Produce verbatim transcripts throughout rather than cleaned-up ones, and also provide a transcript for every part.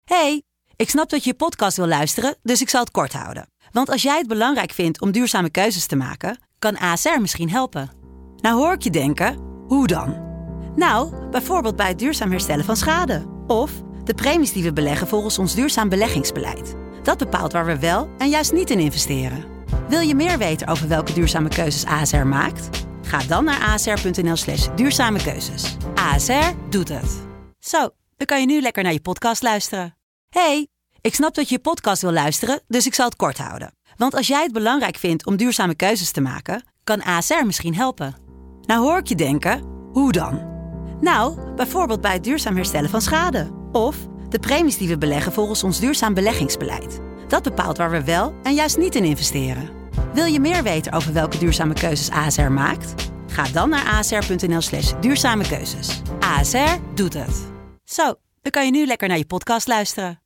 Hey, ik snap dat je je podcast wil luisteren, dus ik zal het kort houden. Want als jij het belangrijk vindt om duurzame keuzes te maken, kan A S R misschien helpen. Nou hoor ik je denken, hoe dan? Nou, bijvoorbeeld bij het duurzaam herstellen van schade. Of de premies die we beleggen volgens ons duurzaam beleggingsbeleid. Dat bepaalt waar we wel en juist niet in investeren. Wil je meer weten over welke duurzame keuzes A S R maakt? Ga dan naar asr.nl slash duurzame keuzes. A S R doet het. Zo, dan kan je nu lekker naar je podcast luisteren. Hey, ik snap dat je je podcast wil luisteren, dus ik zal het kort houden. Want als jij het belangrijk vindt om duurzame keuzes te maken, kan A S R misschien helpen. Nou hoor ik je denken, hoe dan? Nou, bijvoorbeeld bij het duurzaam herstellen van schade. Of de premies die we beleggen volgens ons duurzaam beleggingsbeleid. Dat bepaalt waar we wel en juist niet in investeren. Wil je meer weten over welke duurzame keuzes A S R maakt? Ga dan naar asr.nl slash duurzame keuzes. A S R doet het. Zo, dan kan je nu lekker naar je podcast luisteren.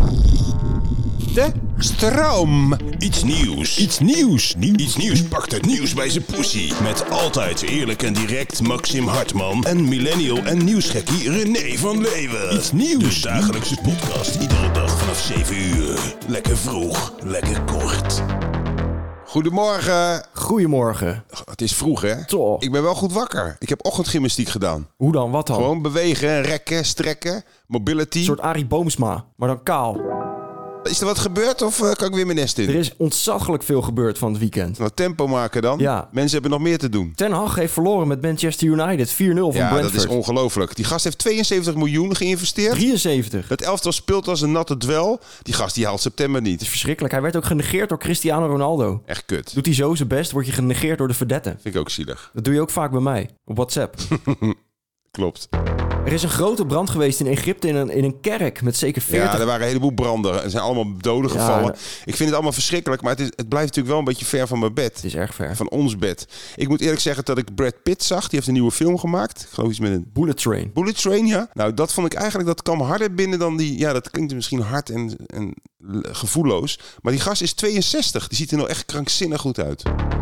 De stroom. Iets nieuws. Iets nieuws. Nieuws. Iets nieuws pakt het nieuws bij zijn poesie. Met altijd eerlijk en direct Maxim Hartman en millennial en nieuwsgekkie René van Leeuwen. Iets nieuws. De dagelijkse podcast iedere dag vanaf zeven uur. Lekker vroeg, lekker kort. Goedemorgen. Goedemorgen. Het is vroeg, hè? Toch. Ik ben wel goed wakker. Ik heb ochtendgymnastiek gedaan. Hoe dan? Wat dan? Gewoon bewegen, rekken, strekken, mobility. Een soort Arie Boomsma, maar dan kaal. Is er wat gebeurd of uh, kan ik weer mijn nest in? Er is ontzaglijk veel gebeurd van het weekend. Nou, tempo maken dan. Ja. Mensen hebben nog meer te doen. Ten Hag heeft verloren met Manchester United. vier nul van Ja, Brentford. dat is ongelooflijk. Die gast heeft tweeënzeventig miljoen geïnvesteerd. drieënzeventig. Dat elftal speelt als een natte dwel. Die gast die haalt september Het is niet. verschrikkelijk. Hij werd ook genegeerd door Cristiano Ronaldo. Echt kut. Doet hij zo zijn best, word je genegeerd door de verdetten. Vind ik ook zielig. Dat doe je ook vaak bij mij, op WhatsApp. Klopt. Er is een grote brand geweest in Egypte in een, in een kerk met zeker veertig... Ja, er waren een heleboel branden. Er zijn allemaal doden Ja, gevallen. ja. Ik vind het allemaal verschrikkelijk, maar het, is, het blijft natuurlijk wel een beetje ver van mijn bed. Het is erg ver. Van ons bed. Ik moet eerlijk zeggen dat ik Brad Pitt zag. Die heeft een nieuwe film gemaakt. Ik geloof iets met een Bullet Train. Bullet Train, ja. Nou, dat vond ik eigenlijk, dat kwam harder binnen dan die... Ja, dat klinkt misschien hard en, en gevoelloos. Maar die gast is tweeënzestig. Die ziet er nou echt krankzinnig goed uit.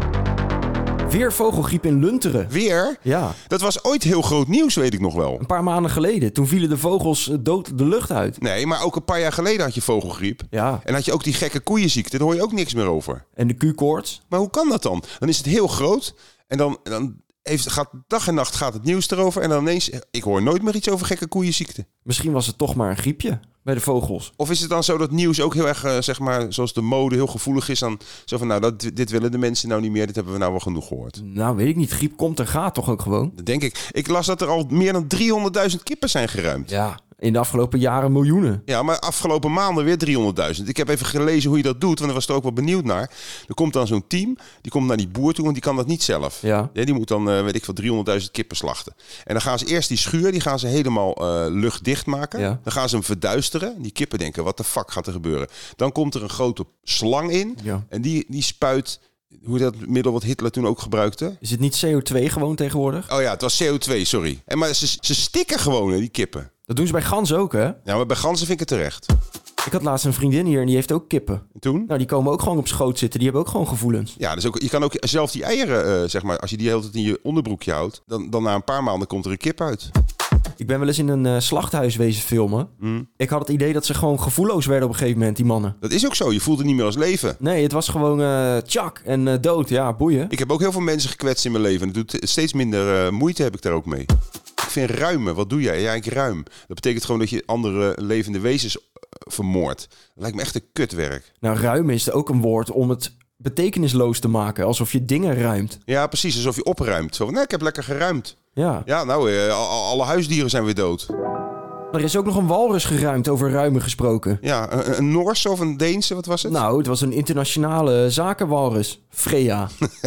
Weer vogelgriep in Lunteren. Weer? Ja, Dat was ooit heel groot nieuws, weet ik nog wel. een paar maanden geleden. Toen vielen de vogels eh, dood de lucht uit. Nee, maar ook een paar jaar geleden had je vogelgriep. Ja, En had je ook die gekke koeienziekte. Daar hoor je ook niks meer over. en de Q-koorts. Maar hoe kan dat dan? Dan is het heel groot. En dan, dan heeft, gaat dag en nacht gaat het nieuws erover. En dan ineens, ik hoor nooit meer iets over gekke koeienziekte. Misschien was het toch maar een griepje bij de vogels. Of is het dan zo dat nieuws ook heel erg, uh, zeg maar, zoals de mode heel gevoelig is aan zo van, nou, dat, dit willen de mensen nou niet meer. Dit hebben we nou wel genoeg gehoord. Nou, weet ik niet. Griep komt en gaat toch ook gewoon? Dat denk ik. Ik las dat er al meer dan driehonderdduizend kippen zijn geruimd. Ja, in de afgelopen jaren miljoenen. Ja, maar afgelopen maanden weer driehonderdduizend. Ik heb even gelezen hoe je dat doet, want ik was er ook wel benieuwd naar. Er komt dan zo'n team, die komt naar die boer toe, want die kan dat niet zelf. Ja. Ja, die moet dan, uh, weet ik veel, driehonderdduizend kippen slachten. En dan gaan ze eerst die schuur, die gaan ze helemaal uh, luchtdicht maken. Ja. Dan gaan ze hem verduisteren. Die kippen denken, wat de fuck gaat er gebeuren? Dan komt er een grote slang in Ja. en die, die spuit, hoe dat middel wat Hitler toen ook gebruikte. Is het niet C O twee gewoon tegenwoordig? Oh ja, het was C O twee, sorry. En maar ze, ze stikken gewoon, hè, die kippen. Dat doen ze bij ganzen ook, hè? Ja, maar bij ganzen vind ik het terecht. Ik had laatst een vriendin hier en die heeft ook kippen. En toen? Nou, die komen ook gewoon op schoot zitten. Die hebben ook gewoon gevoelens. Ja, dus ook, je kan ook zelf die eieren, uh, zeg maar, als je die de hele tijd in je onderbroekje houdt, dan, dan na een paar maanden komt er een kip uit. Ik ben wel eens in een uh, slachthuis wezen filmen. Mm. Ik had het idee dat ze gewoon gevoelloos werden op een gegeven moment, die mannen. Dat is ook zo, je voelt het niet meer als leven. Nee, het was gewoon uh, tjak en uh, dood. Ja, boeien. Ik heb ook heel veel mensen gekwetst in mijn leven. En het doet steeds minder uh, moeite heb ik daar ook mee. Ik vind ruimen, wat doe jij? Ja, ik ruim. Dat betekent gewoon dat je andere levende wezens uh, vermoordt. Dat lijkt me echt een kutwerk. Nou, ruimen is ook een woord om het betekenisloos te maken. Alsof je dingen ruimt. Ja, precies, alsof je opruimt. Zo van, nee, ik heb lekker geruimd. Ja. Ja, nou, uh, alle huisdieren zijn weer dood. Er is ook nog een walrus geruimd, over ruimen gesproken. Ja, een, een Noorse of een Deense, wat was het? Nou, het was een internationale zakenwalrus. Freya.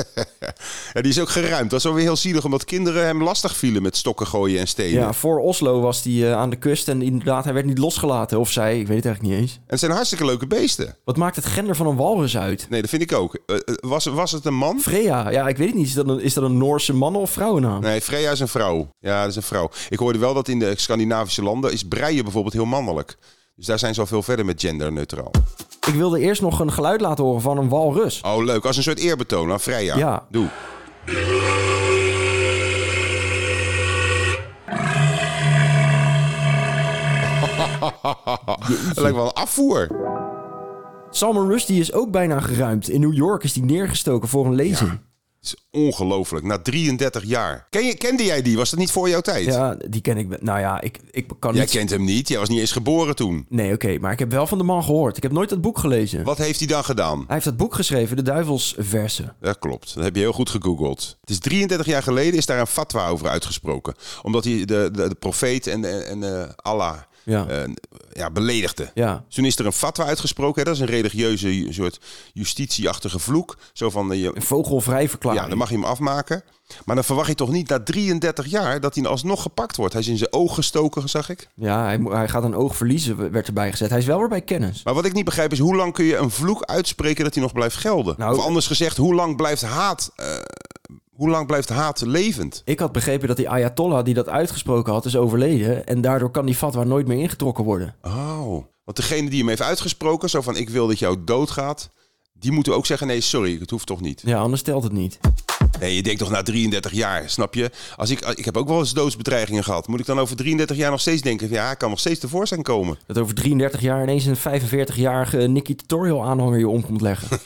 Ja, die is ook geruimd. Dat is alweer heel zielig, omdat kinderen hem lastig vielen met stokken gooien en stenen. Ja, voor Oslo was hij uh, aan de kust en inderdaad, hij werd niet losgelaten. Of zij, ik weet het eigenlijk niet eens. En het zijn hartstikke leuke beesten. Wat maakt het gender van een walrus uit? Nee, dat vind ik ook. Uh, was, was het een man? Freya, ja, ik weet het niet. Is dat een, is dat een Noorse mannen- of vrouwennaam? Nee, Freya is een vrouw. Ja, dat is een vrouw. Ik hoorde wel dat in de Scandinavische landen is breien bijvoorbeeld heel mannelijk. Dus daar zijn ze al veel verder met genderneutraal. Ik wilde eerst nog een geluid laten horen van een walrus. Oh, leuk. Als een soort eerbetoon aan Freya. Ja. Doe. Dat lijkt wel een afvoer. Salman Rushdie is ook bijna geruimd. In New York is hij neergestoken voor een lezing. Ja. Het is ongelooflijk. Na drieëndertig jaar. Ken je, kende jij die? Was dat niet voor jouw tijd? Ja, die ken ik. Nou ja, ik, ik kan Jij niet... kent hem niet. Jij was niet eens geboren toen. Nee, oké. Okay, maar ik heb wel van de man gehoord. Ik heb nooit dat boek gelezen. Wat heeft hij dan gedaan? Hij heeft dat boek geschreven, De Duivelsversen. Dat klopt. Dat heb je heel goed gegoogeld. Het is drieëndertig jaar geleden is daar een fatwa over uitgesproken. Omdat hij de, de, de profeet en, en uh, Allah... Ja. Uh, ja, beledigde. Ja. Toen is er een fatwa uitgesproken. Hè? Dat is een religieuze soort justitieachtige vloek. Zo van, uh, je, een vogelvrij verklaring. Ja, dan mag je hem afmaken. Maar dan verwacht je toch niet na drieëndertig jaar dat hij alsnog gepakt wordt. Hij is in zijn oog gestoken, zag ik. Ja, hij, hij gaat een oog verliezen, werd erbij gezet. Hij is wel weer bij kennis. Maar wat ik niet begrijp is, hoe lang kun je een vloek uitspreken dat hij nog blijft gelden? Nou, of anders gezegd, hoe lang blijft haat... Uh, Hoe lang blijft haat levend? Ik had begrepen dat die Ayatollah die dat uitgesproken had is overleden. En daardoor kan die fatwa nooit meer ingetrokken worden. Oh, want degene die hem heeft uitgesproken, zo van ik wil dat jou doodgaat, die moeten ook zeggen nee, sorry, het hoeft toch niet. Ja, anders telt het niet. Nee, je denkt toch na drieëndertig jaar, snap je? Als ik, ik heb ook wel eens doodsbedreigingen gehad. Moet ik dan over drieëndertig jaar nog steeds denken van ja, ik kan nog steeds tevoorschijn komen. Dat over drieëndertig jaar ineens een vijfenveertigjarige Nicky Tutorial aanhanger je om komt leggen.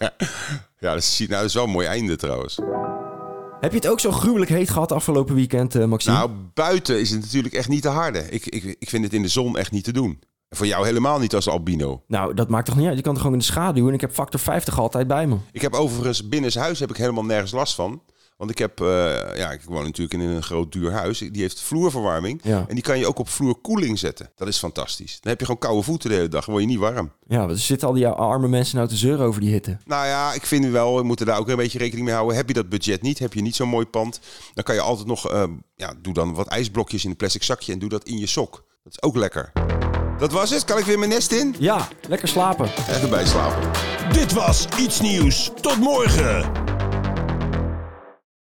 Ja, dat is, nou, dat is wel een mooi einde trouwens. Heb je het ook zo gruwelijk heet gehad afgelopen weekend, uh, Maxime? Nou, buiten is het natuurlijk echt niet te harde. Ik, ik, ik vind het in de zon echt niet te doen. En voor jou helemaal niet als albino. Nou, dat maakt toch niet uit? Je kan toch gewoon in de schaduw en ik heb factor vijftig altijd bij me. Ik heb overigens binnenshuis heb ik helemaal nergens last van. Want ik heb, uh, ja, ik woon natuurlijk in een groot duur huis. Die heeft vloerverwarming. Ja. En die kan je ook op vloerkoeling zetten. Dat is fantastisch. Dan heb je gewoon koude voeten de hele dag. Dan word je niet warm. Ja, er zitten al die arme mensen nou te zeuren over die hitte. Nou ja, ik vind wel, we moeten daar ook een beetje rekening mee houden. Heb je dat budget niet, heb je niet zo'n mooi pand, dan kan je altijd nog, uh, ja, doe dan wat ijsblokjes in een plastic zakje en doe dat in je sok. Dat is ook lekker. Dat was het. Kan ik weer mijn nest in? Ja, lekker slapen. Even bijslapen. Dit was Iets Nieuws. Tot morgen.